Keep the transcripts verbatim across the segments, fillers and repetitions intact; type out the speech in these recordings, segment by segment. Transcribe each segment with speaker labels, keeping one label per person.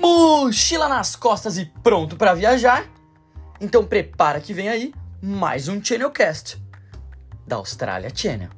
Speaker 1: Mochila nas costas e pronto para viajar? Então prepara que vem aí mais um Channelcast da Australia Channel.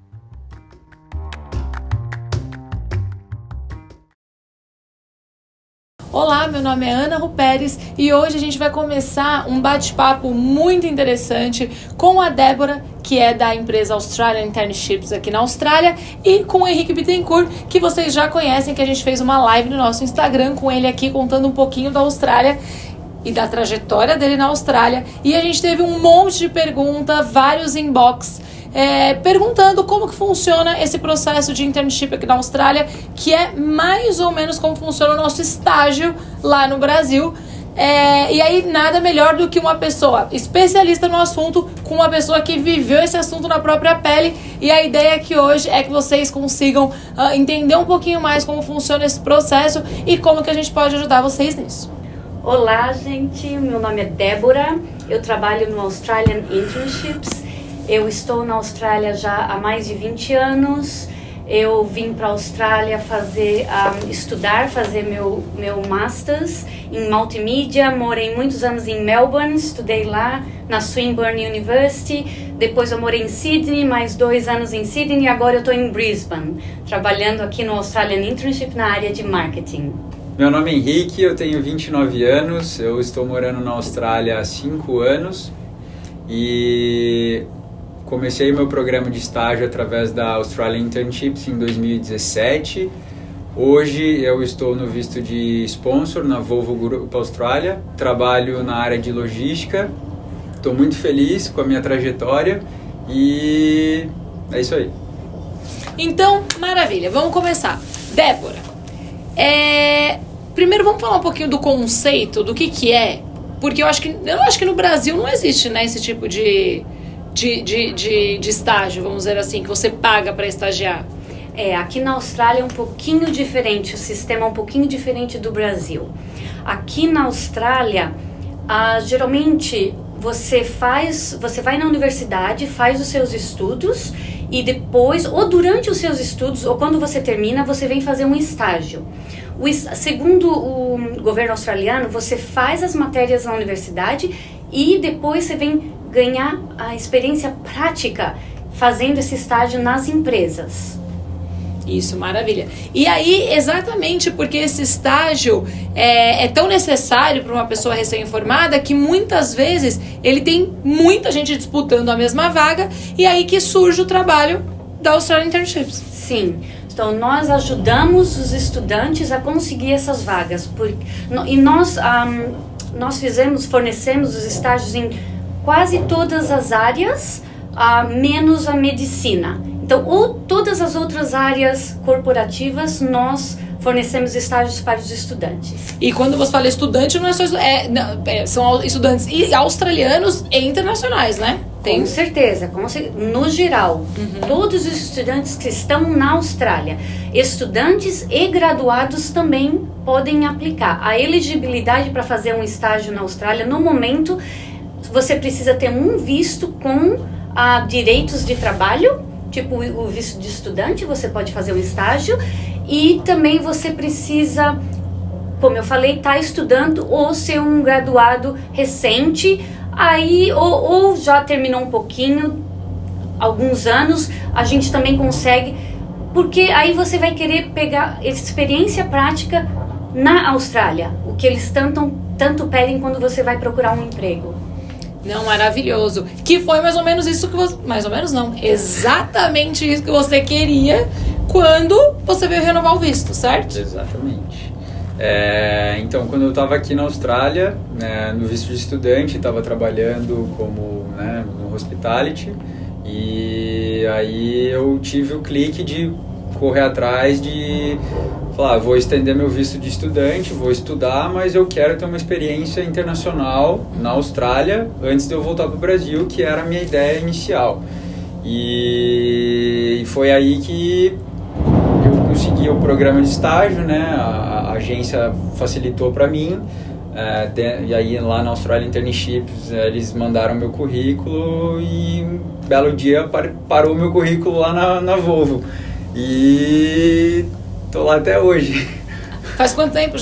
Speaker 2: Olá, meu nome é Ana Ruperes e hoje a gente vai começar um bate-papo muito interessante com a Débora, que é da empresa Australian Internships aqui na Austrália, e com o Henrique Bittencourt, que vocês já conhecem, que a gente fez uma live no nosso Instagram com ele aqui contando um pouquinho da Austrália e da trajetória dele na Austrália. E a gente teve um monte de pergunta, vários inbox, É, perguntando como que funciona esse processo de internship aqui na Austrália, que é mais ou menos como funciona o nosso estágio lá no Brasil. É, e aí nada melhor do que uma pessoa especialista no assunto, com uma pessoa que viveu esse assunto na própria pele. E a ideia aqui hoje é que vocês consigam uh, entender um pouquinho mais como funciona esse processo e como que a gente pode ajudar vocês nisso.
Speaker 3: Olá, gente, meu nome é Débora, eu trabalho no Australian Internships. Eu estou na Austrália já há mais de vinte anos. Eu vim para a Austrália fazer, um, estudar, fazer meu, meu Masters em Multimídia. Morei muitos anos em Melbourne, estudei lá na Swinburne University. Depois eu morei em Sydney, mais dois anos em Sydney, e agora eu estou em Brisbane, trabalhando aqui no Australian Internship na área de Marketing.
Speaker 4: Meu nome é Henrique, eu tenho vinte e nove anos, eu estou morando na Austrália há cinco anos e comecei meu programa de estágio através da Australian Internships em dois mil e dezessete. Hoje eu estou no visto de sponsor na Volvo Group Austrália, trabalho na área de logística, estou muito feliz com a minha trajetória e é isso aí.
Speaker 2: Então, maravilha, vamos começar. Débora, é... primeiro vamos falar um pouquinho do conceito, do que que é, porque eu acho que, eu acho que no Brasil não existe, né, esse tipo de... De, de, de, de estágio, vamos dizer assim, que você paga para estagiar.
Speaker 3: É, aqui na Austrália é um pouquinho diferente, o sistema é um pouquinho diferente do Brasil. Aqui na Austrália, ah, geralmente você faz, você vai na universidade, faz os seus estudos e depois, ou durante os seus estudos, ou quando você termina, você vem fazer um estágio. O, segundo o governo australiano, você faz as matérias na universidade e depois você vem ganhar a experiência prática fazendo esse estágio nas empresas.
Speaker 2: Isso, maravilha. E aí, exatamente porque esse estágio é, é tão necessário para uma pessoa recém-formada que muitas vezes ele tem muita gente disputando a mesma vaga e aí que surge o trabalho da Australian Internships.
Speaker 3: Sim. Então, nós ajudamos os estudantes a conseguir essas vagas. Por, e nós, um, nós fizemos, fornecemos os estágios em quase todas as áreas, uh, menos a medicina. Então, ou todas as outras áreas corporativas, nós fornecemos estágios para os estudantes.
Speaker 2: E quando você fala estudante, não é só é, não, é, são estudantes e australianos e internacionais, né?
Speaker 3: Tem... Com certeza, com, no geral, uhum. Todos os estudantes que estão na Austrália, estudantes e graduados também podem aplicar. A elegibilidade para fazer um estágio na Austrália, no momento, você precisa ter um visto com ah, direitos de trabalho, tipo o visto de estudante, você pode fazer um estágio, e também você precisa, como eu falei, estar tá estudando ou ser um graduado recente, aí ou, ou já terminou um pouquinho, alguns anos, a gente também consegue, porque aí você vai querer pegar experiência prática na Austrália, o que eles tanto, tanto pedem quando você vai procurar um emprego.
Speaker 2: Não, maravilhoso. Que foi mais ou menos isso que você... Mais ou menos não. Exatamente isso que você queria quando você veio renovar o visto, certo?
Speaker 4: Exatamente. É, então, quando eu estava aqui na Austrália, né, no visto de estudante, estava trabalhando como, né, no hospitality. E aí eu tive o clique de correr atrás de... falar, vou estender meu visto de estudante, vou estudar, mas eu quero ter uma experiência internacional na Austrália antes de eu voltar para o Brasil, que era a minha ideia inicial. E foi aí que eu consegui o programa de estágio, né? A, a agência facilitou para mim, é, de, e aí lá na Australian Internships eles mandaram meu currículo e um belo dia par, parou meu currículo lá na, na Volvo. E tô lá até hoje.
Speaker 2: Faz quanto tempo já?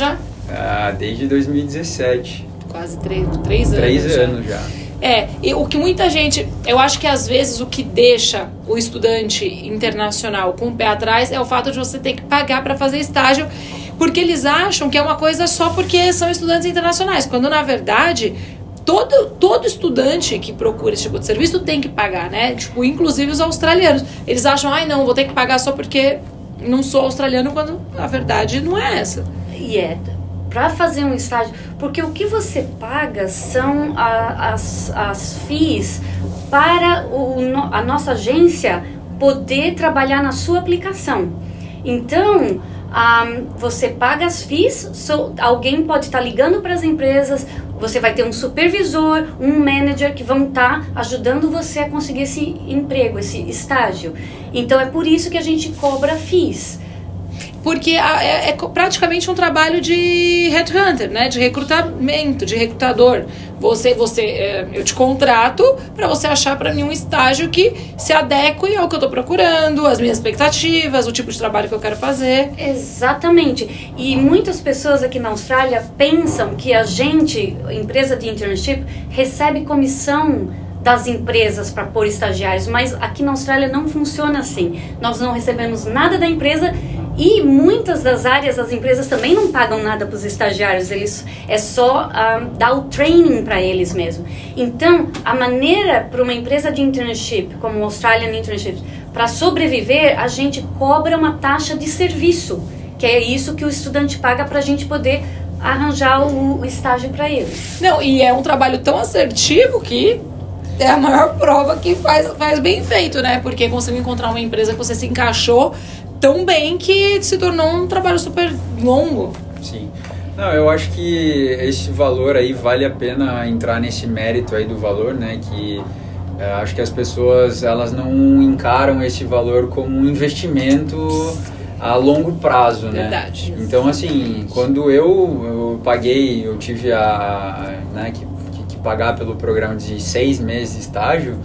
Speaker 4: Ah, desde dois mil e dezessete.
Speaker 2: Quase três, três anos.
Speaker 4: Três
Speaker 2: já.
Speaker 4: anos já.
Speaker 2: É, e o que muita gente... Eu acho que às vezes o que deixa o estudante internacional com o pé atrás é o fato de você ter que pagar para fazer estágio, porque eles acham que é uma coisa só porque são estudantes internacionais, quando na verdade... Todo, todo estudante que procura esse tipo de serviço tem que pagar, né? Tipo, inclusive os australianos. Eles acham, ai não, vou ter que pagar só porque não sou australiano, quando a verdade não é essa.
Speaker 3: E é, para fazer um estágio, porque o que você paga são a, as, as fees para o, a nossa agência poder trabalhar na sua aplicação. Então... Um, você paga as fees, so, alguém pode estar tá ligando para as empresas, você vai ter um supervisor, um manager que vão estar tá ajudando você a conseguir esse emprego, esse estágio. Então é por isso que a gente cobra fees.
Speaker 2: Porque é, é praticamente um trabalho de headhunter, né? De recrutamento, de recrutador. Você, você, é, eu te contrato para você achar para mim um estágio que se adeque ao que eu estou procurando, às minhas expectativas, o tipo de trabalho que eu quero fazer.
Speaker 3: Exatamente. E muitas pessoas aqui na Austrália pensam que a gente, empresa de internship, recebe comissão das empresas para pôr estagiários, mas aqui na Austrália não funciona assim. Nós não recebemos nada da empresa. E muitas das áreas, as empresas também não pagam nada para os estagiários, eles, é só um, dar o training para eles mesmo. Então, a maneira para uma empresa de internship, como o Australian Internship, para sobreviver, a gente cobra uma taxa de serviço, que é isso que o estudante paga para a gente poder arranjar o, o estágio para eles.
Speaker 2: Não, e é um trabalho tão assertivo que é a maior prova que faz, faz bem feito, né? Porque conseguiu encontrar uma empresa que você se encaixou tão bem que se tornou um trabalho super longo.
Speaker 4: Sim. Não, eu acho que esse valor aí vale a pena entrar nesse mérito aí do valor, né? Que é, acho que as pessoas, elas não encaram esse valor como um investimento a longo prazo, né?
Speaker 2: Verdade.
Speaker 4: Então, assim, quando eu, eu paguei, eu tive a, né, que, que, que pagar pelo programa de seis meses de estágio,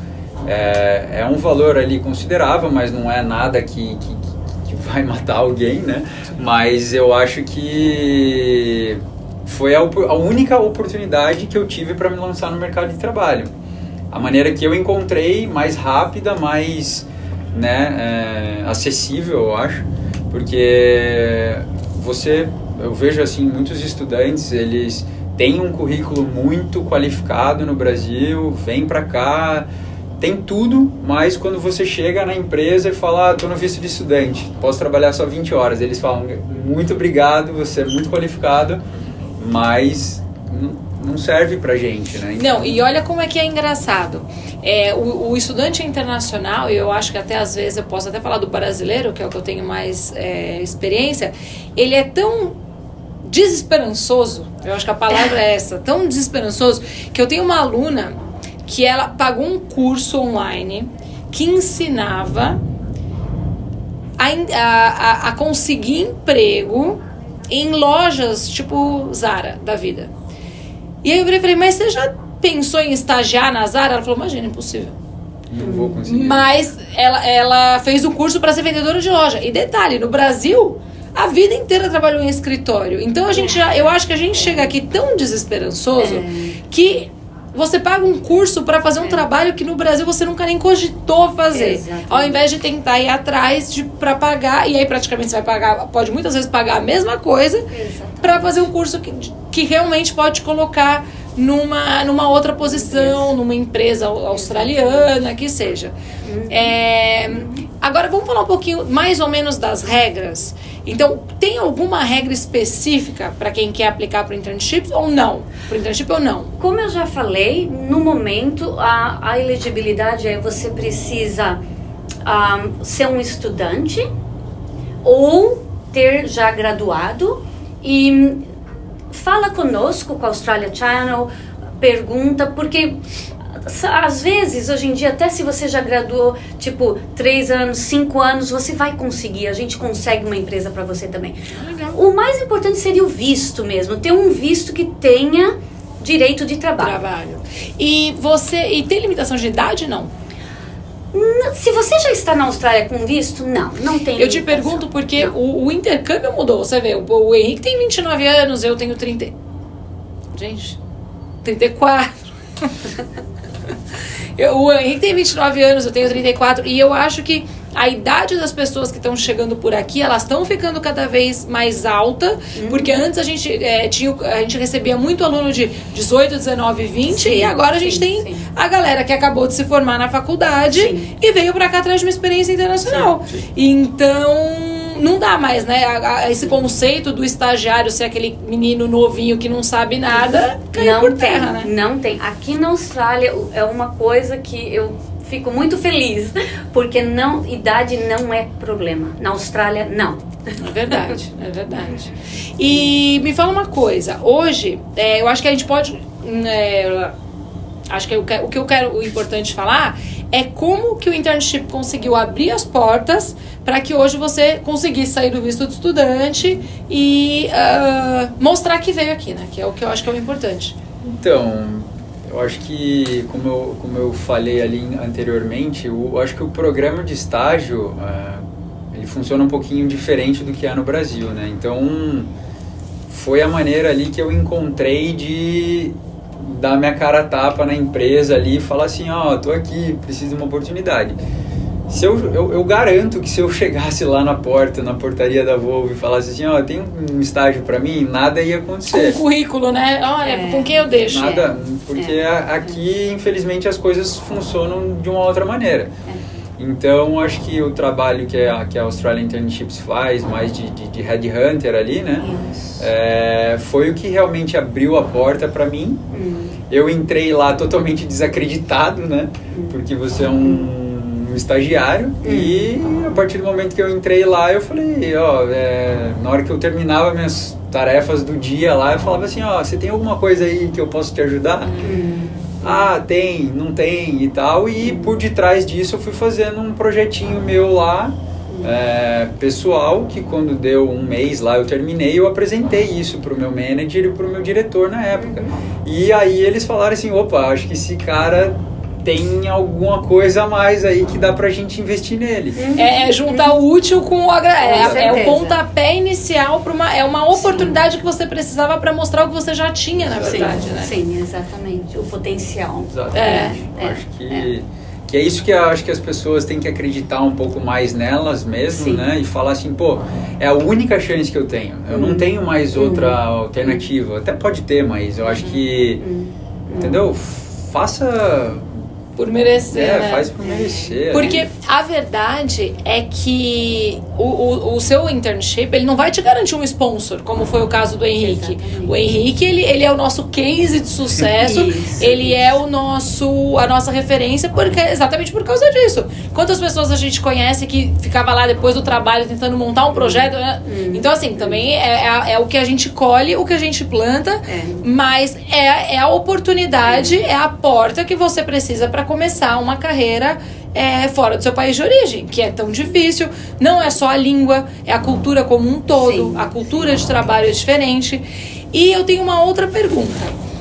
Speaker 4: é, é um valor ali considerável, mas não é nada que, que vai matar alguém, né? Mas eu acho que foi a, a única oportunidade que eu tive para me lançar no mercado de trabalho. A maneira que eu encontrei, mais rápida, mais, né, é, acessível, eu acho, porque você, eu vejo assim, muitos estudantes, eles têm um currículo muito qualificado no Brasil, vêm para cá, tem tudo, mas quando você chega na empresa e fala, ah, estou no visto de estudante, posso trabalhar só vinte horas, eles falam, muito obrigado, você é muito qualificado, mas não serve pra gente, né? Então...
Speaker 2: Não, e olha como é que é engraçado. É, o, o estudante internacional, e eu acho que até às vezes eu posso até falar do brasileiro, que é o que eu tenho mais é, experiência, ele é tão desesperançoso, eu acho que a palavra é essa, tão desesperançoso, que eu tenho uma aluna que ela pagou um curso online que ensinava a, a, a conseguir emprego em lojas tipo Zara da vida. E aí eu falei, mas você já pensou em estagiar na Zara? Ela falou, imagina, impossível.
Speaker 4: Não vou conseguir.
Speaker 2: Mas ela, ela fez o curso para ser vendedora de loja. E detalhe, no Brasil, a vida inteira trabalhou em escritório. Então a gente já, eu acho que a gente chega aqui tão desesperançoso é. que você paga um curso para fazer um é. trabalho que no Brasil você nunca nem cogitou fazer. Exatamente. Ao invés de tentar ir atrás de, para pagar, e aí praticamente você vai pagar, pode muitas vezes pagar a mesma coisa para fazer um curso que, que realmente pode te colocar numa, numa outra posição, Isso. numa empresa australiana, que seja. Uhum. É, agora vamos falar um pouquinho mais ou menos das regras. Então, tem alguma regra específica para quem quer aplicar para o internship ou não? Para o internship ou não?
Speaker 3: Como eu já falei, no momento a, a elegibilidade é você precisa um, ser um estudante ou ter já graduado e fala conosco com a Australia Channel, pergunta, porque às vezes, hoje em dia, até se você já graduou, tipo, três anos, cinco anos, você vai conseguir, a gente consegue uma empresa para você também. Legal. O mais importante seria o visto mesmo, ter um visto que tenha direito de trabalho.
Speaker 2: Trabalho. E você, e tem limitação de idade, não?
Speaker 3: Se você já está na Austrália com visto, não, não tem
Speaker 2: Eu te
Speaker 3: limitação.
Speaker 2: pergunto porque o, o intercâmbio mudou. Você vê, o, o Henrique tem vinte e nove anos, eu tenho trinta. Gente, trinta e quatro. eu, o Henrique tem vinte e nove anos, eu tenho trinta e quatro. E eu acho que a idade das pessoas que estão chegando por aqui, elas estão ficando cada vez mais alta, uhum. porque antes a gente, é, tinha, a gente recebia muito aluno de dezoito, dezenove, vinte, sim, e agora a gente sim, tem sim. a galera que acabou de se formar na faculdade sim. e veio pra cá atrás de uma experiência internacional. Sim, sim. Então, não dá mais, né? A, a, esse conceito do estagiário ser aquele menino novinho que não sabe nada, caiu por terra, né?
Speaker 3: Não tem. Aqui na Austrália é uma coisa que eu fico muito feliz, porque não, idade não é problema. Na Austrália, não.
Speaker 2: É verdade, é verdade. E me fala uma coisa, hoje, é, eu acho que a gente pode... É, acho que eu, o que eu quero, o importante falar é como que o internship conseguiu abrir as portas para que hoje você conseguisse sair do visto de estudante e uh, mostrar que veio aqui, né? Que é o que eu acho que é o importante.
Speaker 4: Então... Eu acho que, como eu, como eu falei ali anteriormente, eu acho que o programa de estágio, uh, ele funciona um pouquinho diferente do que é no Brasil, né? Então, foi a maneira ali que eu encontrei de dar minha cara a tapa na empresa ali e falar assim, ó, oh, tô aqui, preciso de uma oportunidade. Se eu, eu, eu garanto que se eu chegasse lá na porta, na portaria da Volvo e falasse assim, ó, oh, tem um estágio pra mim, nada ia acontecer.
Speaker 2: Com o currículo, né? Olha, é. com quem eu deixo?
Speaker 4: Nada, porque é. aqui, infelizmente, as coisas funcionam de uma outra maneira. É. Então, acho que o trabalho que a, que a Australian Internships faz, mais de, de, de headhunter ali, né? É, foi o que realmente abriu a porta pra mim. Hum. Eu entrei lá totalmente desacreditado, né? Hum. Porque você é um... um estagiário hum. e a partir do momento que eu entrei lá eu falei, ó, é, na hora que eu terminava minhas tarefas do dia lá, eu falava assim, ó, você tem alguma coisa aí que eu posso te ajudar? Hum. Ah, tem, não tem e tal, e por detrás disso eu fui fazendo um projetinho meu lá, é, pessoal, que quando deu um mês lá eu terminei, eu apresentei isso pro meu manager e pro meu diretor na época, e aí eles falaram assim, opa, acho que esse cara tem alguma coisa a mais aí que dá pra gente investir nele.
Speaker 2: É, é juntar o útil com o agradável. É, é o pontapé inicial para uma... É uma oportunidade sim. que você precisava para mostrar o que você já tinha, na verdade,
Speaker 3: sim,
Speaker 2: né?
Speaker 3: Sim, exatamente. O potencial.
Speaker 4: Exatamente. É, acho que... É. Que é isso que eu acho que as pessoas têm que acreditar um pouco mais nelas mesmo, sim. né? E falar assim, pô, é a única chance que eu tenho. Eu hum. não tenho mais outra hum. alternativa. Até pode ter, mas eu acho que... Hum. Entendeu? Faça...
Speaker 2: Por merecer,
Speaker 4: é,
Speaker 2: né?
Speaker 4: faz por merecer.
Speaker 2: Porque
Speaker 4: né?
Speaker 2: a verdade é que o, o, o seu internship, ele não vai te garantir um sponsor, como foi o caso do Henrique. Exatamente. O Henrique, ele, ele é o nosso case de sucesso, isso, ele isso. é o nosso, a nossa referência, porque, exatamente por causa disso. Quantas pessoas a gente conhece que ficava lá depois do trabalho tentando montar um projeto? Né? Hum. Então, assim, também é, é, é o que a gente colhe, o que a gente planta, é. mas é, é a oportunidade, é. é a porta que você precisa para começar uma carreira é, fora do seu país de origem, que é tão difícil. Não é só a língua, é a cultura como um todo. Sim. A cultura de trabalho é diferente. E eu tenho uma outra pergunta.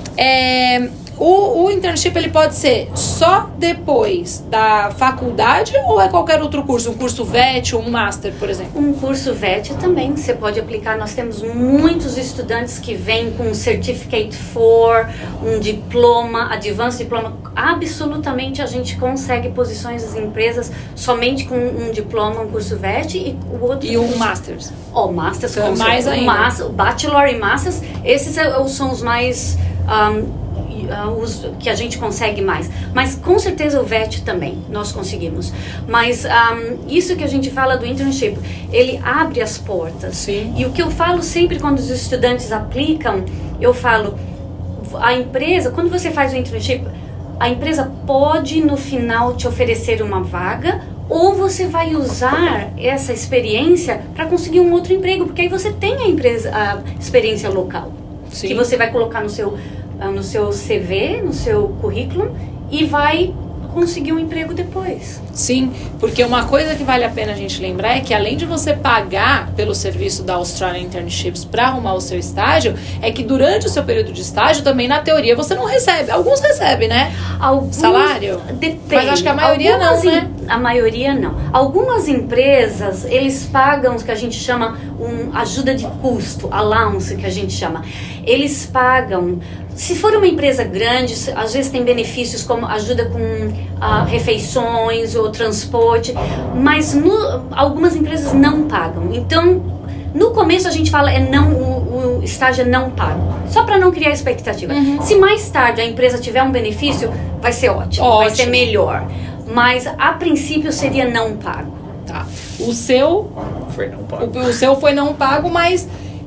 Speaker 2: É, o, o internship, ele pode ser só depois da faculdade ou é qualquer outro curso? Um curso V E T ou um Master, por exemplo?
Speaker 3: Um curso V E T também você pode aplicar. Nós temos muitos estudantes que vêm com um Certificate quatro, um diploma, Advanced Diploma. Absolutamente a gente consegue posições das empresas somente com um diploma, um curso V E T e o outro...
Speaker 2: E um Masters.
Speaker 3: Oh, Masters.
Speaker 2: Então, mais ainda.
Speaker 3: Master, Bachelor e Masters, esses são os mais... Um, os que a gente consegue mais, mas com certeza o V E T também nós conseguimos, mas um, isso que a gente fala do internship, ele abre as portas.
Speaker 2: Sim.
Speaker 3: E o que eu falo sempre quando os estudantes aplicam, eu falo, a empresa, quando você faz o internship, a empresa pode no final te oferecer uma vaga, ou você vai usar essa experiência para conseguir um outro emprego, porque aí você tem a, empresa, a experiência local. Sim. Que você vai colocar no seu no seu C V, no seu currículo e vai conseguir um emprego depois.
Speaker 2: Sim, porque uma coisa que vale a pena a gente lembrar é que além de você pagar pelo serviço da Australian Internships para arrumar o seu estágio, é que durante o seu período de estágio também, na teoria, você não recebe. Alguns recebem, né?
Speaker 3: Alguns,
Speaker 2: salário?
Speaker 3: Depende.
Speaker 2: Mas acho que a maioria
Speaker 3: algumas,
Speaker 2: não, né?
Speaker 3: a maioria não. Algumas empresas, eles pagam o que a gente chama um ajuda de custo, allowance que a gente chama. Eles pagam, se for uma empresa grande, às vezes tem benefícios como ajuda com uh, refeições ou transporte, mas no, algumas empresas não pagam. Então, no começo a gente fala é não, o, o estágio é não pago, só para não criar expectativa. Uhum. Se mais tarde a empresa tiver um benefício, vai ser ótimo, ótimo. vai ser melhor. Mas a princípio seria não pago.
Speaker 2: Tá. O seu
Speaker 4: foi não pago.
Speaker 2: O, o seu foi não pago, mas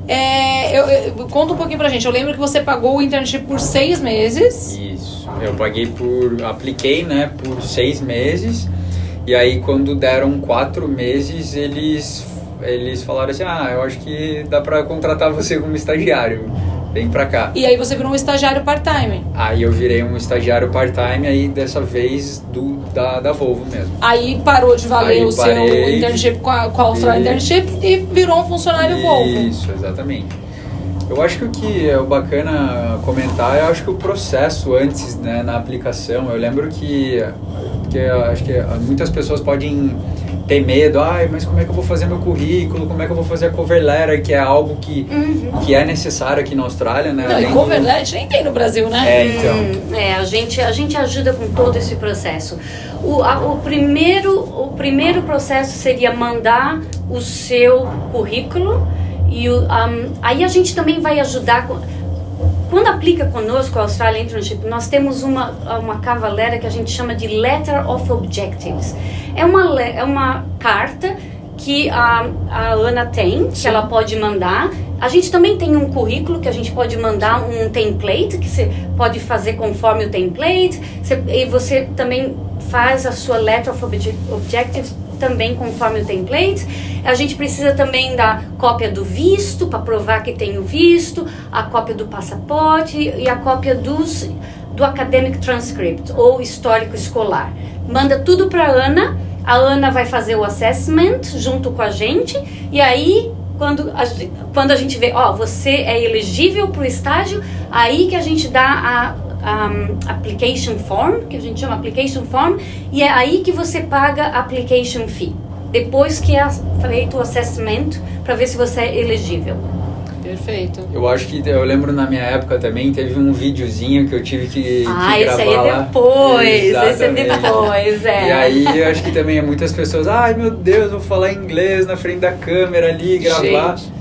Speaker 2: é, eu, eu, conta um pouquinho pra gente. Eu lembro que você pagou o internship por seis meses.
Speaker 4: Isso. Eu paguei por, apliquei, né, por seis meses. E aí quando deram quatro meses, eles eles falaram assim, ah, eu acho que dá pra contratar você como estagiário, vem pra cá.
Speaker 2: E aí você virou um estagiário part-time.
Speaker 4: Aí eu virei um estagiário part-time, aí dessa vez do, da, da Volvo mesmo.
Speaker 2: Aí parou de valer aí o
Speaker 4: parei,
Speaker 2: seu internship com a, com a Australia Internship e virou um funcionário
Speaker 4: isso,
Speaker 2: Volvo.
Speaker 4: Isso, exatamente. Eu acho que o que é bacana comentar, eu acho que o processo antes, né, na aplicação, eu lembro que, que eu acho que muitas pessoas podem ter medo, ai, mas como é que eu vou fazer meu currículo, como é que eu vou fazer a cover letter, que é algo que, uhum. que é necessário aqui na Austrália, né?
Speaker 2: Não, e cover letter a gente nem tem no Brasil, né?
Speaker 4: É, então.
Speaker 3: Hum, é, a gente, a gente ajuda com todo esse processo. O, a, o, primeiro, o primeiro processo seria mandar o seu currículo e o, um, aí a gente também vai ajudar com, quando aplica conosco a Australia Internship, nós temos uma, uma cavalera que a gente chama de Letter of Objectives. É uma, é uma carta que a, a Ana tem, que ela pode mandar. A gente também tem um currículo que a gente pode mandar um template, que você pode fazer conforme o template. Você, e você também faz a sua Letter of Objectives também conforme o template. A gente precisa também da cópia do visto, para provar que tem o visto, a cópia do passaporte e a cópia dos, do Academic Transcript, ou histórico escolar. Manda tudo para a Ana, a Ana vai fazer o assessment junto com a gente, e aí, quando a, quando a gente vê, ó, você é elegível para o estágio, aí que a gente dá a Um, application form, que a gente chama application form, e é aí que você paga a application fee, depois que é feito o assessment para ver se você é elegível.
Speaker 2: Perfeito.
Speaker 4: Eu acho que, eu lembro na minha época também, teve um videozinho que eu tive que,
Speaker 3: ah,
Speaker 4: que gravar
Speaker 3: esse aí é
Speaker 4: lá.
Speaker 3: depois,
Speaker 4: Exatamente.
Speaker 3: esse é depois, é.
Speaker 4: E aí, eu acho que também muitas pessoas, ai meu Deus, vou falar inglês na frente da câmera ali, gravar.
Speaker 2: Gente.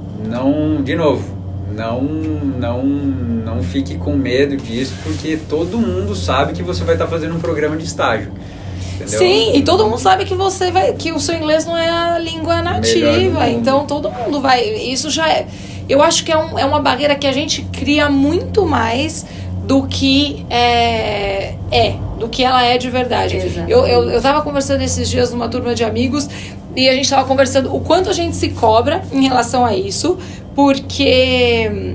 Speaker 4: Não, de novo, não, não, não fique com medo disso, porque todo mundo sabe que você vai estar fazendo um programa de estágio. Entendeu?
Speaker 2: Sim, e todo mundo sabe que você vai, que o seu inglês não é a língua nativa, então todo mundo vai, isso já é, eu acho que é, um, é uma barreira que a gente cria muito mais do que é, é do que ela é de verdade. Eu, eu, eu tava conversando esses dias numa turma de amigos e a gente tava conversando o quanto a gente se cobra em relação a isso, porque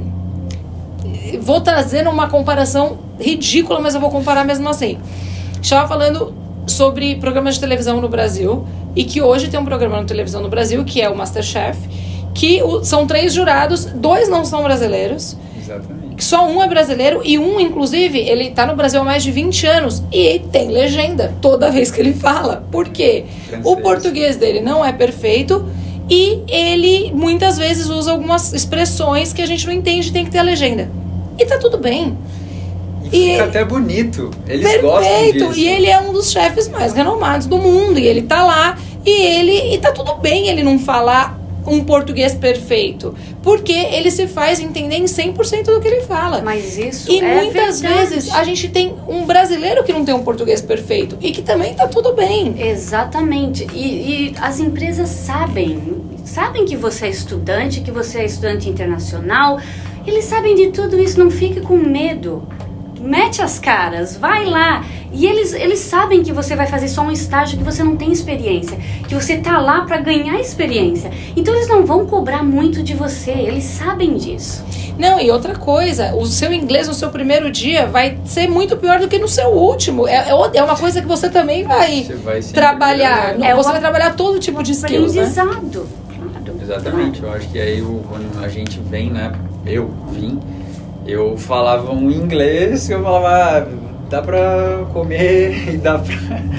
Speaker 2: vou trazendo uma comparação ridícula, mas eu vou comparar mesmo assim. Estava falando sobre programas de televisão no Brasil, e que hoje tem um programa de televisão no Brasil, que é o MasterChef, que o, são três jurados, dois não são brasileiros.
Speaker 4: Exatamente.
Speaker 2: Só um é brasileiro, e um, inclusive, ele tá no Brasil há mais de vinte anos, e tem legenda toda vez que ele fala. Por quê?
Speaker 4: Francês.
Speaker 2: O português dele não é perfeito, e ele muitas vezes usa algumas expressões que a gente não entende e tem que ter a legenda. E tá tudo bem.
Speaker 4: E fica até bonito. Eles
Speaker 2: perfeito.
Speaker 4: Gostam disso.
Speaker 2: E ele é um dos chefes mais renomados do mundo. E ele tá lá. E ele... E tá tudo bem ele não falar um português perfeito. Porque ele se faz entender em cem por cento do que ele fala.
Speaker 3: Mas isso
Speaker 2: e
Speaker 3: é
Speaker 2: muitas
Speaker 3: verdade.
Speaker 2: vezes a gente tem um brasileiro que não tem um português perfeito. E que também tá tudo bem.
Speaker 3: Exatamente. E, e as empresas sabem. Sabem que você é estudante, que você é estudante internacional. Eles sabem de tudo isso. Não fique com medo. Mete as caras, vai lá. E eles, eles sabem que você vai fazer só um estágio, que você não tem experiência, que você tá lá para ganhar experiência. Então eles não vão cobrar muito de você, eles sabem disso.
Speaker 2: Não, e outra coisa, o seu inglês no seu primeiro dia vai ser muito pior do que no seu último. É, é uma coisa que você também vai,
Speaker 4: você vai
Speaker 2: trabalhar.
Speaker 3: É
Speaker 2: você
Speaker 3: uma,
Speaker 2: vai trabalhar todo tipo de skills, né?
Speaker 3: Aprendizado.
Speaker 4: Exatamente, eu acho que aí quando a gente vem, né, eu vim, eu falava um inglês, eu falava, ah, dá pra comer e dá pra...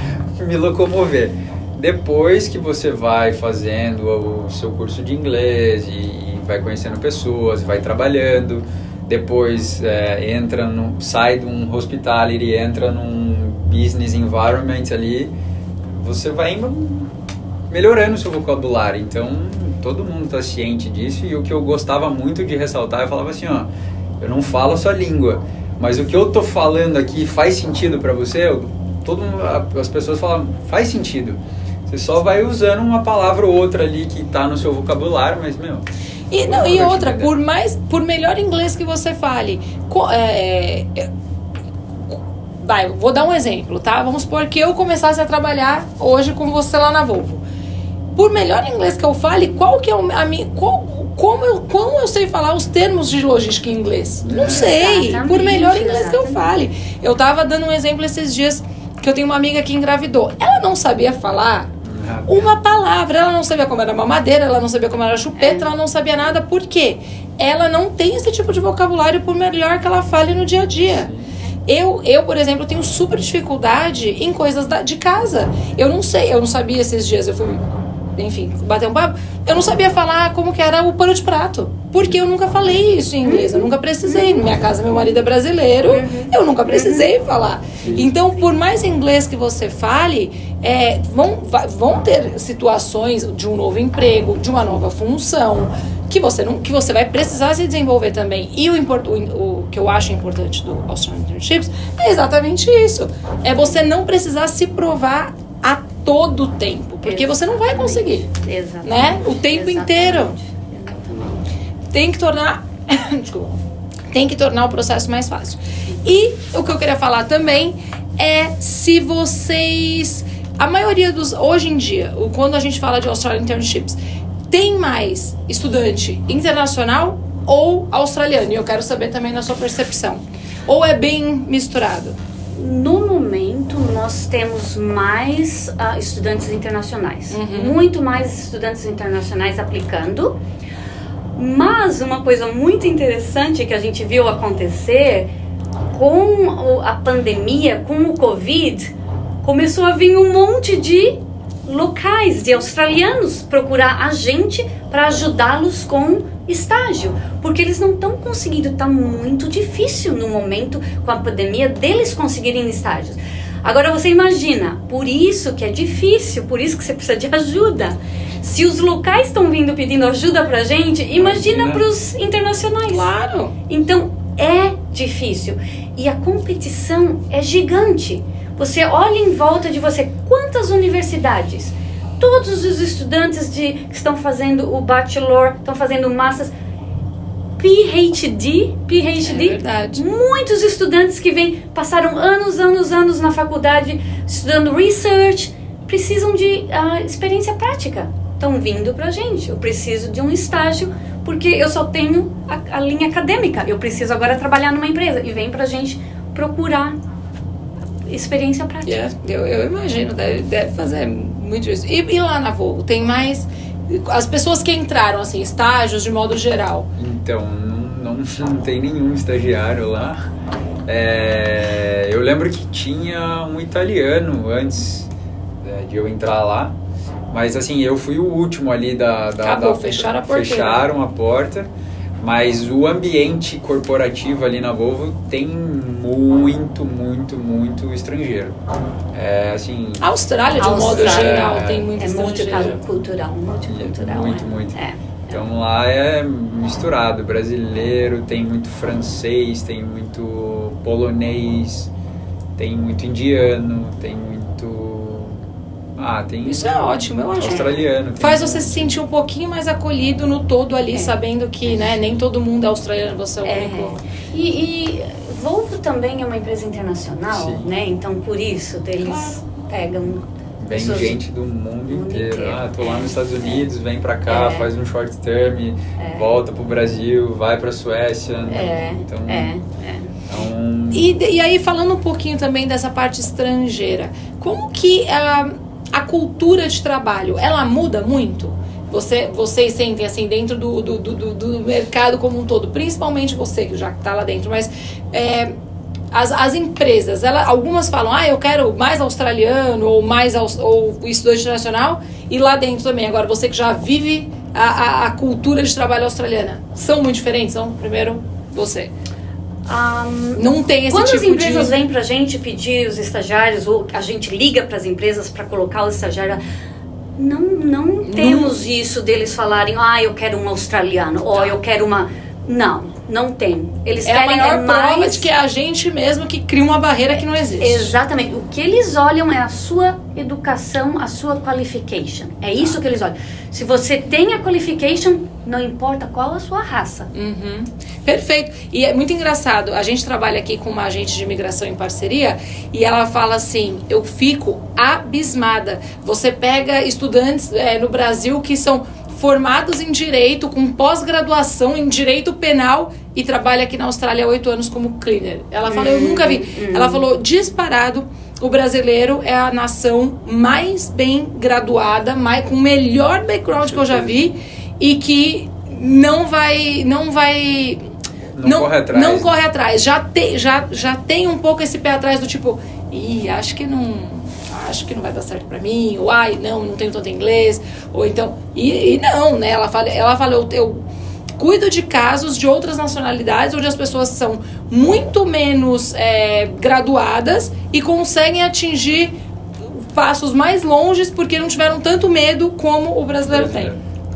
Speaker 4: me locomover. Depois que você vai fazendo o seu curso de inglês e vai conhecendo pessoas, vai trabalhando, depois é, entra no, sai de um hospitality, entra num business environment ali, você vai melhorando o seu vocabulário. Então, todo mundo está ciente disso, e o que eu gostava muito de ressaltar, eu falava assim, ó, eu não falo a sua língua, mas o que eu tô falando aqui faz sentido para você? Eu, todo mundo, as pessoas falam, faz sentido. Você só vai usando uma palavra ou outra ali que tá no seu vocabulário, mas, meu...
Speaker 2: E, não, e outra, por, mais, por melhor inglês que você fale, co, é, é, vai, vou dar um exemplo, tá? Vamos supor que eu começasse a trabalhar hoje com você lá na Volvo. Por melhor inglês que eu fale, qual que é o, a minha... Qual, Como eu, como eu sei falar os termos de logística em inglês? Não sei.
Speaker 3: Exatamente,
Speaker 2: por melhor inglês
Speaker 3: exatamente.
Speaker 2: que eu fale. Eu tava dando um exemplo esses dias que eu tenho uma amiga que engravidou. Ela não sabia falar uma palavra. Ela não sabia como era mamadeira, ela não sabia como era chupeta, é. ela não sabia nada. Por quê? Ela não tem esse tipo de vocabulário, por melhor que ela fale no dia a dia. Eu, eu, por exemplo, tenho super dificuldade em coisas da, de casa. Eu não sei, eu não sabia esses dias, eu fui... enfim, bater um papo, eu não sabia falar como que era o pano de prato, porque eu nunca falei isso em inglês, eu nunca precisei. Na minha casa, meu marido é brasileiro, eu nunca precisei falar. Então, por mais inglês que você fale, é, vão, vão ter situações de um novo emprego, de uma nova função, que você, não, que você vai precisar se desenvolver também. E o, import, o, o que eu acho importante do Australian Internships é exatamente isso, é você não precisar se provar a todo tempo, porque você não vai conseguir.
Speaker 3: Exatamente.
Speaker 2: Né? O tempo
Speaker 3: Exatamente.
Speaker 2: inteiro.
Speaker 3: Exatamente.
Speaker 2: Tem que tornar desculpa, tem que tornar o processo mais fácil. E o que eu queria falar também é se vocês, a maioria dos, hoje em dia, quando a gente fala de Australian Internships, tem mais estudante internacional ou australiano? E eu quero saber também na sua percepção. Ou é bem misturado?
Speaker 3: No momento, nós temos mais uh, estudantes internacionais.
Speaker 2: Uhum.
Speaker 3: Muito mais estudantes internacionais aplicando. Mas uma coisa muito interessante que a gente viu acontecer com a pandemia, com o Covid, começou a vir um monte de locais, de australianos, procurar a gente para ajudá-los com estágio, porque eles não estão conseguindo, está muito difícil no momento com a pandemia deles conseguirem estágios. Agora você imagina, por isso que é difícil, por isso que você precisa de ajuda. Se os locais estão vindo pedindo ajuda pra gente, imagina para os internacionais.
Speaker 2: Claro.
Speaker 3: Então é difícil e a competição é gigante. Você olha em volta de você, quantas universidades? Todos os estudantes de, que estão fazendo o bachelor, estão fazendo o master's, PhD, PhD,
Speaker 2: é verdade.
Speaker 3: Muitos estudantes que vêm, passaram anos, anos, anos na faculdade, estudando research, precisam de uh, experiência prática. Estão vindo pra gente, eu preciso de um estágio, porque eu só tenho a, a linha acadêmica, eu preciso agora trabalhar numa empresa, e vem pra gente procurar experiência prática.
Speaker 2: Yeah, eu, eu imagino, deve, deve fazer muito isso. E, e lá na Volvo, tem mais... As pessoas que entraram, assim, estágios de modo geral?
Speaker 4: Então, não, não, não tem nenhum estagiário lá. É, eu lembro que tinha um italiano antes é, de eu entrar lá. Mas, assim, eu fui o último ali da... da
Speaker 2: Acabou,
Speaker 4: da,
Speaker 2: fecharam a porta.
Speaker 4: Fecharam a porta. Mas o ambiente corporativo ali na Volvo tem muito, muito, muito estrangeiro. É, assim...
Speaker 2: A Austrália, de um modo geral, tem muito
Speaker 3: é
Speaker 2: estrangeiro.
Speaker 3: multicultural, multicultural.
Speaker 4: Muito,
Speaker 3: é.
Speaker 4: muito.
Speaker 3: É.
Speaker 4: Então lá é misturado. Brasileiro, tem muito francês, tem muito polonês, tem muito indiano, tem muito... Ah, tem
Speaker 2: Isso é ótimo, eu acho.
Speaker 4: Australiano. Tem
Speaker 2: Faz você se sentir um pouquinho mais acolhido no todo ali,
Speaker 3: É.
Speaker 2: sabendo que, né, nem todo mundo é australiano, você é o
Speaker 3: É.
Speaker 2: único.
Speaker 3: E, e Volvo também é uma empresa internacional,
Speaker 4: Sim.
Speaker 3: né? Então por isso eles
Speaker 2: Claro.
Speaker 3: pegam
Speaker 4: Vem
Speaker 3: pessoas
Speaker 4: gente do mundo,
Speaker 3: mundo
Speaker 4: inteiro.
Speaker 3: inteiro.
Speaker 4: Ah, tô lá nos Estados Unidos, vem pra cá,
Speaker 3: É.
Speaker 4: faz um short term,
Speaker 3: É.
Speaker 4: volta pro Brasil, vai pra Suécia.
Speaker 3: É,
Speaker 4: Então,
Speaker 3: é, é.
Speaker 4: então
Speaker 2: E, e aí, falando um pouquinho também dessa parte estrangeira, como que a, a cultura de trabalho, ela muda muito? Você, vocês sentem assim, dentro do, do, do, do mercado como um todo, principalmente você que já está lá dentro, mas é, as, as empresas, ela, algumas falam, ah, eu quero mais australiano ou mais aus, ou estudante internacional, e lá dentro também. Agora, você que já vive a, a, a cultura de trabalho australiana, são muito diferentes? Então, primeiro, você.
Speaker 3: Um,
Speaker 2: não tem esse
Speaker 3: quando
Speaker 2: tipo
Speaker 3: as empresas
Speaker 2: de...
Speaker 3: vêm pra gente pedir os estagiários, ou a gente liga para as empresas para colocar os estagiários, não, não temos não. isso deles falarem, ah, eu quero um australiano, tá. ou eu quero uma... Não, não tem. Eles
Speaker 2: é
Speaker 3: querem
Speaker 2: a maior
Speaker 3: é
Speaker 2: prova
Speaker 3: mais...
Speaker 2: de que é a gente mesmo que cria uma barreira que não existe.
Speaker 3: Exatamente. O que eles olham é a sua educação, a sua qualification. É isso que eles olham. Se você tem a qualification, não importa qual a sua raça.
Speaker 2: Uhum. Perfeito. E é muito engraçado. A gente trabalha aqui com uma agente de imigração em parceria e ela fala assim, eu fico abismada. Você pega estudantes é, no Brasil que são formados em direito, com pós-graduação em direito penal e trabalha aqui na Austrália há oito anos como cleaner. Ela falou, eu nunca vi. Ela falou, disparado, o brasileiro é a nação mais bem graduada, mais, com o melhor background que eu já vi e que não vai... Não vai
Speaker 4: Não, não corre atrás.
Speaker 2: Não corre atrás. Já, te, já, já tem um pouco esse pé atrás do tipo, ih, acho que não... acho que não vai dar certo pra mim, ou ai, não, não tenho tanto inglês, ou então, e, e não, né, ela fala, ela fala eu, eu cuido de casos de outras nacionalidades, onde as pessoas são muito menos é, graduadas e conseguem atingir passos mais longes porque não tiveram tanto medo como o brasileiro tem.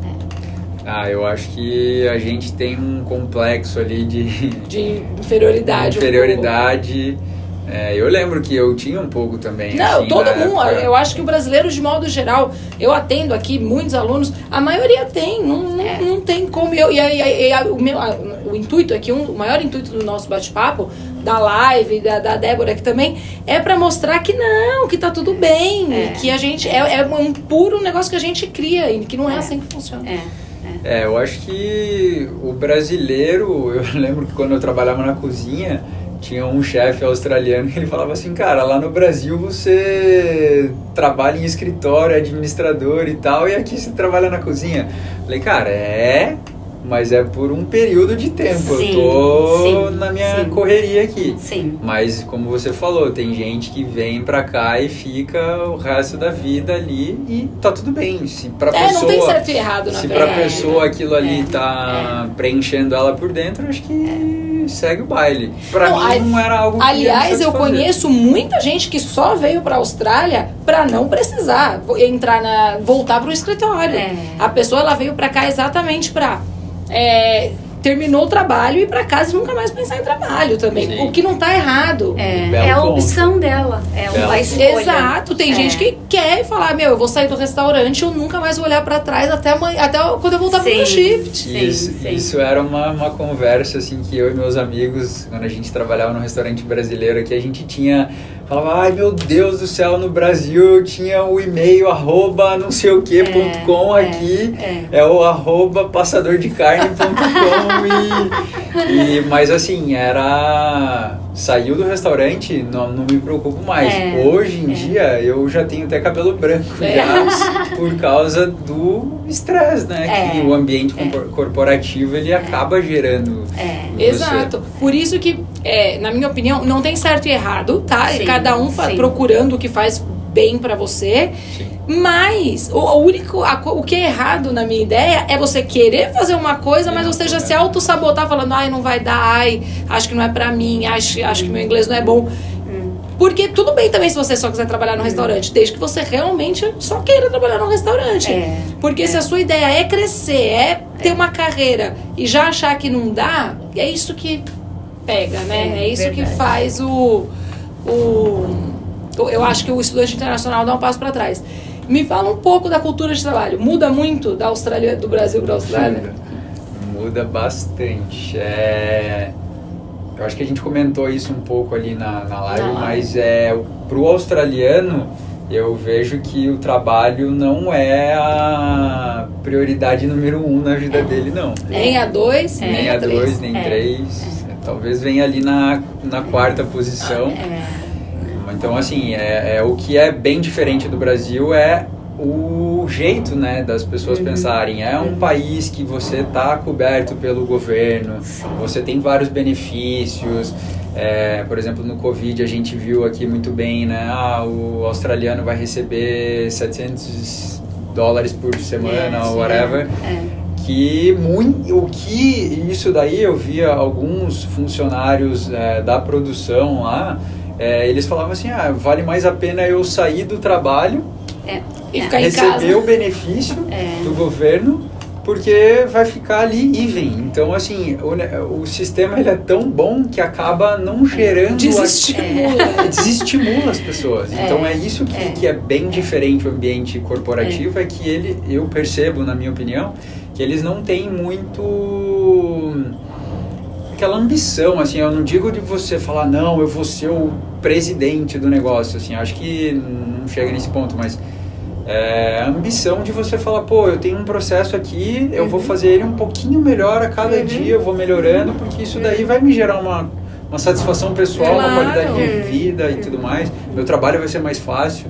Speaker 4: Ah, eu acho que a gente tem um complexo ali de...
Speaker 2: De inferioridade.
Speaker 4: Inferioridade... É, eu lembro que eu tinha um pouco também.
Speaker 2: Não,
Speaker 4: assim,
Speaker 2: todo mundo.
Speaker 4: Época...
Speaker 2: Eu acho que o brasileiro, de modo geral, eu atendo aqui muitos alunos, a maioria tem, não,
Speaker 3: é.
Speaker 2: não, não tem como. Eu, e, e, e, o, meu, o intuito aqui, um, o maior intuito do nosso bate-papo, da live, da, da Débora aqui também, é pra mostrar que não, que tá tudo bem, é. que a gente. É, é um puro negócio que a gente cria, e que não é, é. assim que funciona.
Speaker 3: É.
Speaker 4: É, eu acho que o brasileiro, eu lembro que quando eu trabalhava na cozinha, tinha um chefe australiano que ele falava assim, cara, lá no Brasil você trabalha em escritório, é administrador e tal, e aqui você trabalha na cozinha. Falei, cara, é, mas é por um período de tempo, sim, eu tô sim, na minha sim. correria aqui.
Speaker 3: Sim.
Speaker 4: Mas como você falou, tem gente que vem pra cá e fica o resto da vida ali e tá tudo bem. Se pra
Speaker 2: é,
Speaker 4: pessoa,
Speaker 2: não tem certo e errado, na
Speaker 4: se
Speaker 2: verdade.
Speaker 4: pra pessoa aquilo ali
Speaker 2: é,
Speaker 4: tá
Speaker 2: é.
Speaker 4: preenchendo ela por dentro, acho que segue o baile. Pra não, mim
Speaker 2: a,
Speaker 4: não era algo que
Speaker 2: aliás, eu conheço muita gente que só veio pra Austrália pra não precisar entrar na, voltar pro escritório.
Speaker 3: É.
Speaker 2: A pessoa ela veio pra cá exatamente pra é, terminou o trabalho e ir pra casa e nunca mais pensar em trabalho também. Sim. O que não tá errado.
Speaker 3: É, é a opção dela. É
Speaker 4: Belo
Speaker 3: a escolha.
Speaker 2: Exato. Tem é. gente que quer falar, meu, eu vou sair do restaurante, eu nunca mais vou olhar pra trás até, amanhã, até quando eu voltar sim. pro meu shift.
Speaker 3: Sim,
Speaker 4: isso,
Speaker 3: sim.
Speaker 4: isso era uma, uma conversa assim que eu e meus amigos, quando a gente trabalhava no restaurante brasileiro aqui, a gente tinha... Falava, ai meu Deus do céu, no Brasil eu tinha o e-mail arroba não sei o que ponto com
Speaker 3: é,
Speaker 4: aqui,
Speaker 3: é,
Speaker 4: é. é o arroba passador de carne ponto com e, e, mas assim, era... Saiu do restaurante, não, não me preocupo mais.
Speaker 3: É,
Speaker 4: Hoje em
Speaker 3: é.
Speaker 4: dia eu já tenho até cabelo branco
Speaker 2: é.
Speaker 4: já, por causa do estresse, né?
Speaker 3: É,
Speaker 4: que o ambiente
Speaker 3: é.
Speaker 4: corporativo ele é. acaba gerando.
Speaker 3: É.
Speaker 2: Exato. Por isso que, é, na minha opinião, não tem certo e errado, tá?
Speaker 3: Sim,
Speaker 2: cada um fa- procurando o que faz bem pra você.
Speaker 4: Sim.
Speaker 2: Mas o, o único a, o que é errado na minha ideia é você querer fazer uma coisa, mas você já se auto-sabotar falando, ai, não vai dar, ai, acho que não é pra mim, acho, acho que meu inglês não é bom. Porque tudo bem também se você só quiser trabalhar no restaurante, desde que você realmente só queira trabalhar no restaurante.
Speaker 3: É,
Speaker 2: Porque
Speaker 3: é.
Speaker 2: se a sua ideia é crescer, é ter uma carreira e já achar que não dá, é isso que pega, né? É, é isso verdade. que faz o, o... Eu acho que o estudante internacional dá um passo pra trás. Me fala um pouco da cultura de trabalho. Muda muito da Austrália, do Brasil para a Austrália?
Speaker 4: Muda, muda bastante. É... Eu acho que a gente comentou isso um pouco ali na, na live, Não. mas é, pro australiano, eu vejo que o trabalho não é a prioridade número um na vida dele, não.
Speaker 2: Nem a dois,
Speaker 4: nem,
Speaker 2: nem
Speaker 4: a
Speaker 2: três.
Speaker 4: dois, nem
Speaker 3: é.
Speaker 4: três. É. Talvez venha ali na, na quarta posição.
Speaker 3: É.
Speaker 4: Então, assim, é, é, o que é bem diferente do Brasil é o jeito, né, das pessoas uhum. pensarem. É um uhum. país que você está coberto pelo governo, você tem vários benefícios. É, por exemplo, no Covid a gente viu aqui muito bem, né? Ah, o australiano vai receber setecentos dólares por semana, ou whatever. É. Que muito, o que isso daí eu via alguns funcionários é, da produção lá, é, eles falavam assim, ah, vale mais a pena eu sair do trabalho
Speaker 3: é.
Speaker 2: e ficar
Speaker 4: receber
Speaker 2: em casa.
Speaker 4: o benefício
Speaker 3: é.
Speaker 4: do governo, porque vai ficar ali even. Então, assim, o, o sistema ele é tão bom que acaba não gerando...
Speaker 2: Desestimula.
Speaker 4: A, é, desestimula as pessoas.
Speaker 3: É.
Speaker 4: Então, é isso que é, que é bem diferente o ambiente corporativo, é.
Speaker 3: é
Speaker 4: que ele, eu percebo, na minha opinião, que eles não têm muito... aquela ambição, assim, eu não digo de você falar, não, eu vou ser o presidente do negócio, assim, acho que não chega nesse ponto, mas... É a ambição de você falar, pô, eu tenho um processo aqui, eu uhum. vou fazer ele um pouquinho melhor a cada uhum. dia, eu vou melhorando, porque isso daí vai me gerar uma, uma satisfação pessoal, claro. Uma qualidade de vida uhum. e tudo mais. Meu trabalho vai ser mais fácil.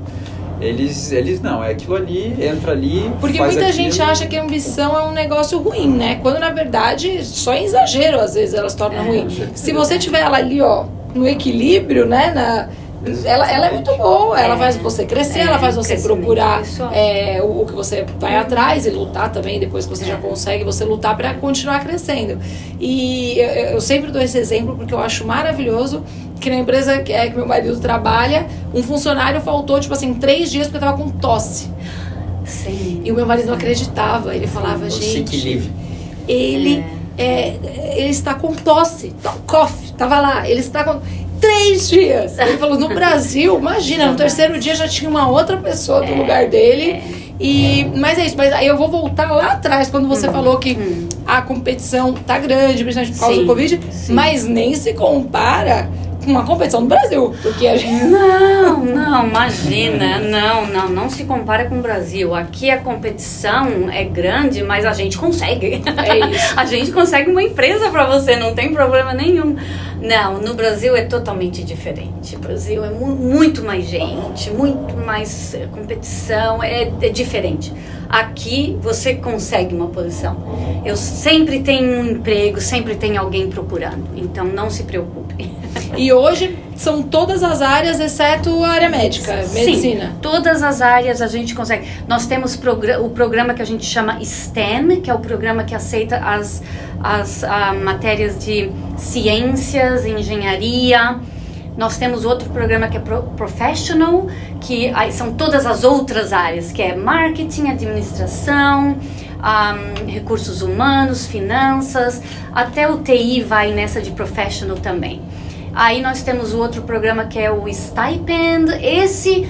Speaker 4: Eles, eles não, é aquilo ali, entra ali,
Speaker 2: porque
Speaker 4: faz
Speaker 2: muita
Speaker 4: aquilo.
Speaker 2: gente acha que a ambição é um negócio ruim, né? Quando na verdade, só em exagero às vezes ela se torna é, ruim. Se você tiver ela ali, ó, no equilíbrio, né, na... Ela, ela é muito boa, ela é, faz você crescer, é, ela faz você procurar é, o, o que você vai atrás e lutar também, depois que você é. já consegue, você lutar para continuar crescendo. E eu, eu sempre dou esse exemplo porque eu acho maravilhoso que na empresa que, é, que meu marido trabalha, um funcionário faltou, tipo assim, três dias porque tava com tosse.
Speaker 3: Sim.
Speaker 2: E o meu marido não acreditava, ele falava,
Speaker 4: o
Speaker 2: gente, ele, é. É, ele está com tosse, cough, tava lá, ele está com... Três dias. Ele falou, no Brasil, imagina, no terceiro dia já tinha uma outra pessoa do é, lugar dele. É. E, mas é isso, mas aí eu vou voltar lá atrás, quando você hum, falou que hum. a competição tá grande, principalmente por causa sim, do Covid, sim. mas nem se compara com uma competição no Brasil. Porque a gente...
Speaker 3: Não, não, imagina, não, não, não se compara com o Brasil. Aqui a competição é grande, mas a gente consegue.
Speaker 2: É isso.
Speaker 3: A gente consegue uma empresa pra você, não tem problema nenhum. Não, no Brasil é totalmente diferente. O Brasil é mu- muito mais gente, muito mais competição, é, é diferente. Aqui você consegue uma posição. Eu sempre tenho um emprego, sempre tem alguém procurando. Então não se preocupe.
Speaker 2: E hoje são todas as áreas, exceto a área médica, medicina.
Speaker 3: Sim, todas as áreas a gente consegue. Nós temos progr- o programa que a gente chama STEM, que é o programa que aceita as, as uh, matérias de ciências, engenharia. Nós temos outro programa que é Pro- Professional, que aí são todas as outras áreas, que é marketing, administração, um, recursos humanos, finanças, até o T I vai nessa de Professional também. Aí nós temos o outro programa que é o Stipend. Esse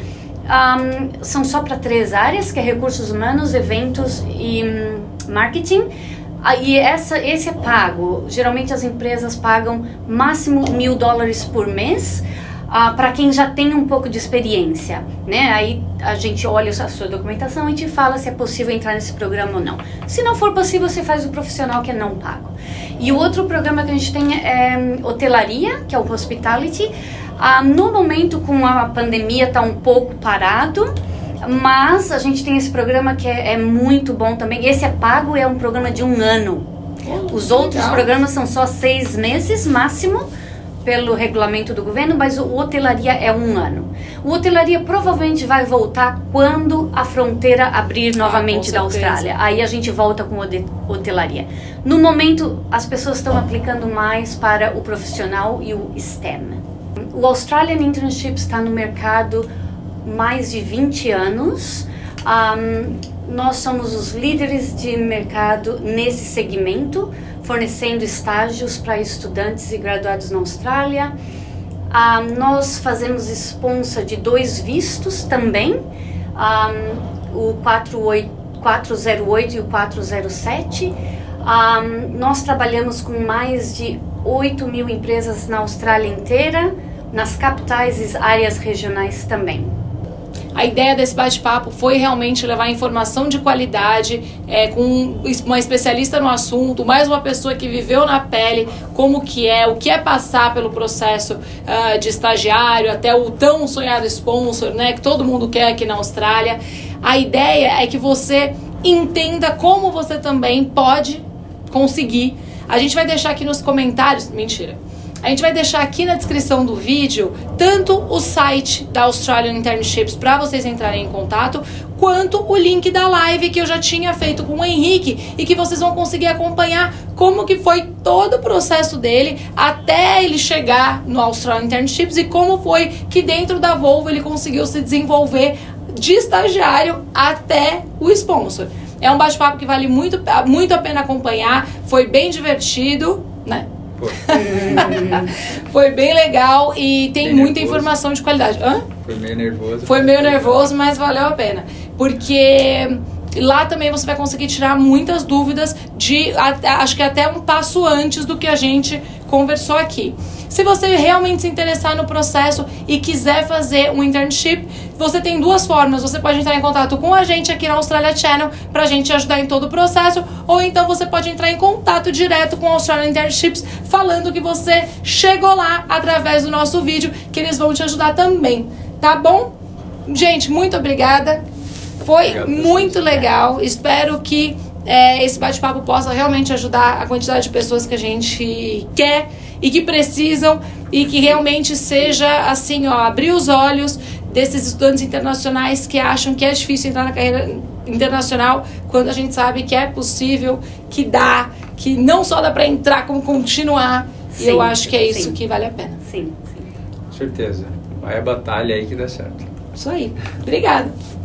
Speaker 3: um, são só para três áreas, que é recursos humanos, eventos e um, marketing. Aí essa, esse é pago. Geralmente as empresas pagam máximo mil dólares por mês uh, para quem já tem um pouco de experiência, né? Aí a gente olha a sua documentação e te fala se é possível entrar nesse programa ou não. Se não for possível, você faz o profissional que é não pago. E o outro programa que a gente tem é hotelaria, que é o Hospitality. Uh, no momento, com a pandemia, está um pouco parado, mas a gente tem esse programa que é, é muito bom também. Esse é pago, é um programa de um ano. Oh, Os outros legal. programas são só seis meses máximo, pelo regulamento do governo, mas o hotelaria é um ano. O hotelaria provavelmente vai voltar quando a fronteira abrir novamente ah, da Austrália. Aí a gente volta com hotelaria. No momento, as pessoas estão aplicando mais para o profissional e o STEM. O Australian Internship está no mercado mais de vinte anos. Um, nós somos os líderes de mercado nesse segmento, fornecendo estágios para estudantes e graduados na Austrália. Um, nós fazemos sponsor de dois vistos também, um, o quatro zero oito e o quatro zero sete. Um, nós trabalhamos com mais de oito mil empresas na Austrália inteira, nas capitais e áreas regionais também.
Speaker 2: A ideia desse bate-papo foi realmente levar informação de qualidade, é, com uma especialista no assunto, mais uma pessoa que viveu na pele como que é, o que é passar pelo processo uh, de estagiário, até o tão sonhado sponsor, né, que todo mundo quer aqui na Austrália. A ideia é que você entenda como você também pode conseguir. A gente vai deixar aqui nos comentários, mentira, a gente vai deixar aqui na descrição do vídeo tanto o site da Australian Internships para vocês entrarem em contato, quanto o link da live que eu já tinha feito com o Henrique e que vocês vão conseguir acompanhar como que foi todo o processo dele até ele chegar no Australian Internships e como foi que dentro da Volvo ele conseguiu se desenvolver de estagiário até o sponsor. É um bate-papo que vale muito, muito a pena acompanhar, foi bem divertido, né? Foi bem legal e tem bem muita nervoso. Informação de qualidade. Hã?
Speaker 4: Foi meio nervoso.
Speaker 2: Foi meio nervoso, mas valeu a pena. Porque lá também você vai conseguir tirar muitas dúvidas de, acho que até um passo antes do que a gente conversou aqui. Se você realmente se interessar no processo e quiser fazer um internship, você tem duas formas. Você pode entrar em contato com a gente aqui na Australia Channel para a gente ajudar em todo o processo, ou então você pode entrar em contato direto com a Australian Internships falando que você chegou lá através do nosso vídeo, que eles vão te ajudar também, tá bom? Gente, muito obrigada. Foi Obrigado, muito legal. Espero que é, esse bate-papo possa realmente ajudar a quantidade de pessoas que a gente quer e que precisam, e que realmente seja assim, ó, abrir os olhos desses estudantes internacionais que acham que é difícil entrar na carreira internacional, quando a gente sabe que é possível, que dá, que não só dá para entrar, como continuar. Sim, e eu acho que é isso sim. que vale a pena.
Speaker 3: Sim, sim.
Speaker 4: Com certeza. Vai a batalha aí que dá certo.
Speaker 2: Isso aí. Obrigada.